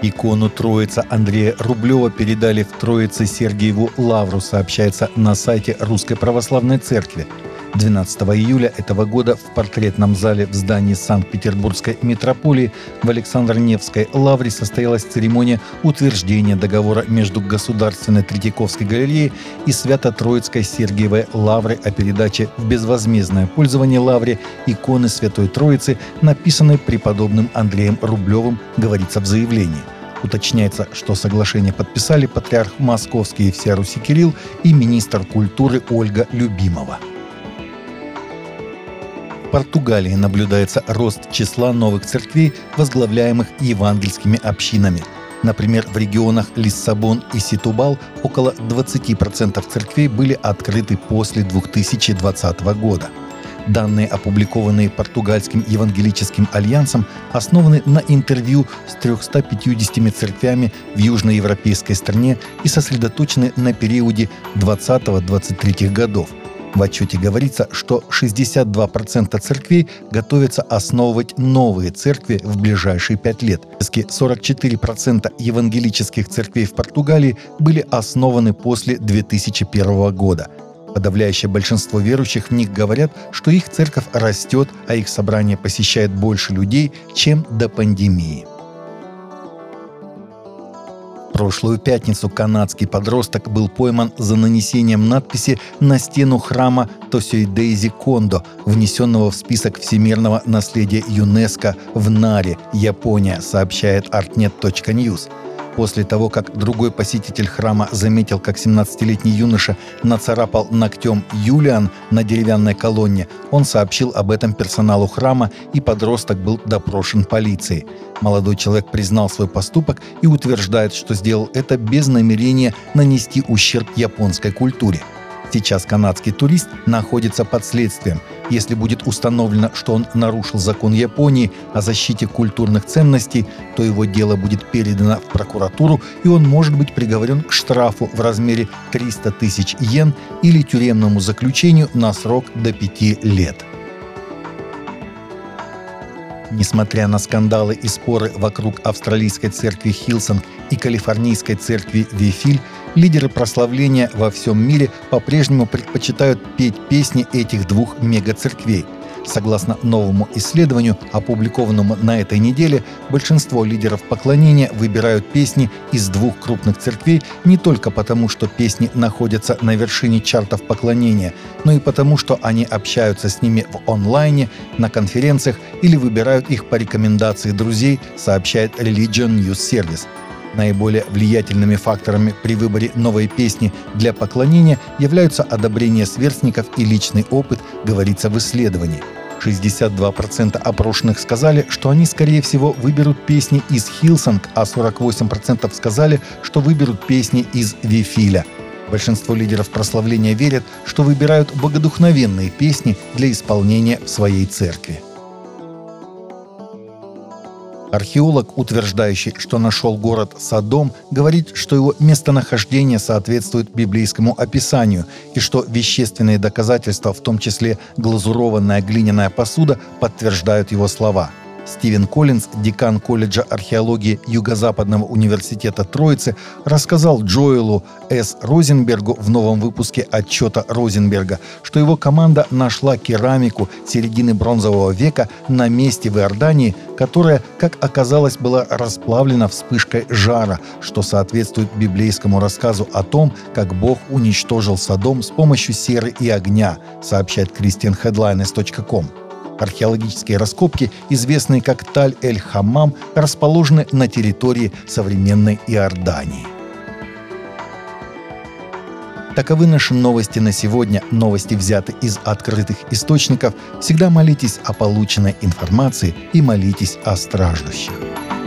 Икону Троица Андрея Рублева передали в Троице-Сергиеву лавру, сообщается на сайте Русской Православной Церкви. 12 июля этого года в портретном зале в здании Санкт-Петербургской митрополии в Александро-Невской лавре состоялась церемония утверждения договора между Государственной Третьяковской галереей и Свято-Троицкой Сергиевой лаврой о передаче в безвозмездное пользование лавре иконы Святой Троицы, написанной преподобным Андреем Рублевым, говорится в заявлении. Уточняется, что соглашение подписали патриарх Московский и всея Руси Кирилл и министр культуры Ольга Любимова. В Португалии наблюдается рост числа новых церквей, возглавляемых евангельскими общинами. Например, в регионах Лиссабон и Сетубал около 20% церквей были открыты после 2020 года. Данные, опубликованные Португальским евангелическим альянсом, основаны на интервью с 350 церквями в южноевропейской стране и сосредоточены на периоде 20-23 годов. В отчете говорится, что 62% церквей готовятся основывать новые церкви в ближайшие 5 лет. 44% евангелических церквей в Португалии были основаны после 2001 года. Подавляющее большинство верующих в них говорят, что их церковь растет, а их собрание посещает больше людей, чем до пандемии. В прошлую пятницу канадский подросток был пойман за нанесением надписи на стену храма Тосёидейзи Кондо, внесенного в список всемирного наследия ЮНЕСКО в Наре, Япония, сообщает artnet.news. После того, как другой посетитель храма заметил, как 17-летний юноша нацарапал ногтем «Юлиан» на деревянной колонне, он сообщил об этом персоналу храма, и подросток был допрошен полицией. Молодой человек признал свой поступок и утверждает, что сделал это без намерения нанести ущерб японской культуре. Сейчас канадский турист находится под следствием. Если будет установлено, что он нарушил закон Японии о защите культурных ценностей, то его дело будет передано в прокуратуру, и он может быть приговорен к штрафу в размере 300 тысяч йен или тюремному заключению на срок до 5 лет. Несмотря на скандалы и споры вокруг австралийской церкви Хилсонг и калифорнийской церкви Вифиль, лидеры прославления во всем мире по-прежнему предпочитают петь песни этих двух мегацерквей. Согласно новому исследованию, опубликованному на этой неделе, большинство лидеров поклонения выбирают песни из двух крупных церквей не только потому, что песни находятся на вершине чартов поклонения, но и потому, что они общаются с ними в онлайне, на конференциях или выбирают их по рекомендации друзей, сообщает Religion News Service. Наиболее влиятельными факторами при выборе новой песни для поклонения являются одобрение сверстников и личный опыт, говорится в исследовании. 62% опрошенных сказали, что они, скорее всего, выберут песни из Хилсонг, а 48% сказали, что выберут песни из Вифиля. Большинство лидеров прославления верят, что выбирают богодухновенные песни для исполнения в своей церкви. Археолог, утверждающий, что нашел город Содом, говорит, что его местонахождение соответствует библейскому описанию и что вещественные доказательства, в том числе глазурованная глиняная посуда, подтверждают его слова. Стивен Коллинз, декан колледжа археологии Юго-Западного университета Троицы, рассказал Джоэлу С. Розенбергу в новом выпуске отчета Розенберга, что его команда нашла керамику середины бронзового века на месте в Иордании, которая, как оказалось, была расплавлена вспышкой жара, что соответствует библейскому рассказу о том, как Бог уничтожил Содом с помощью серы и огня, сообщает christianheadlines.com. Археологические раскопки, известные как Таль-эль-Хаммам, расположены на территории современной Иордании. Таковы наши новости на сегодня. Новости взяты из открытых источников. Всегда молитесь о полученной информации и молитесь о страждущих.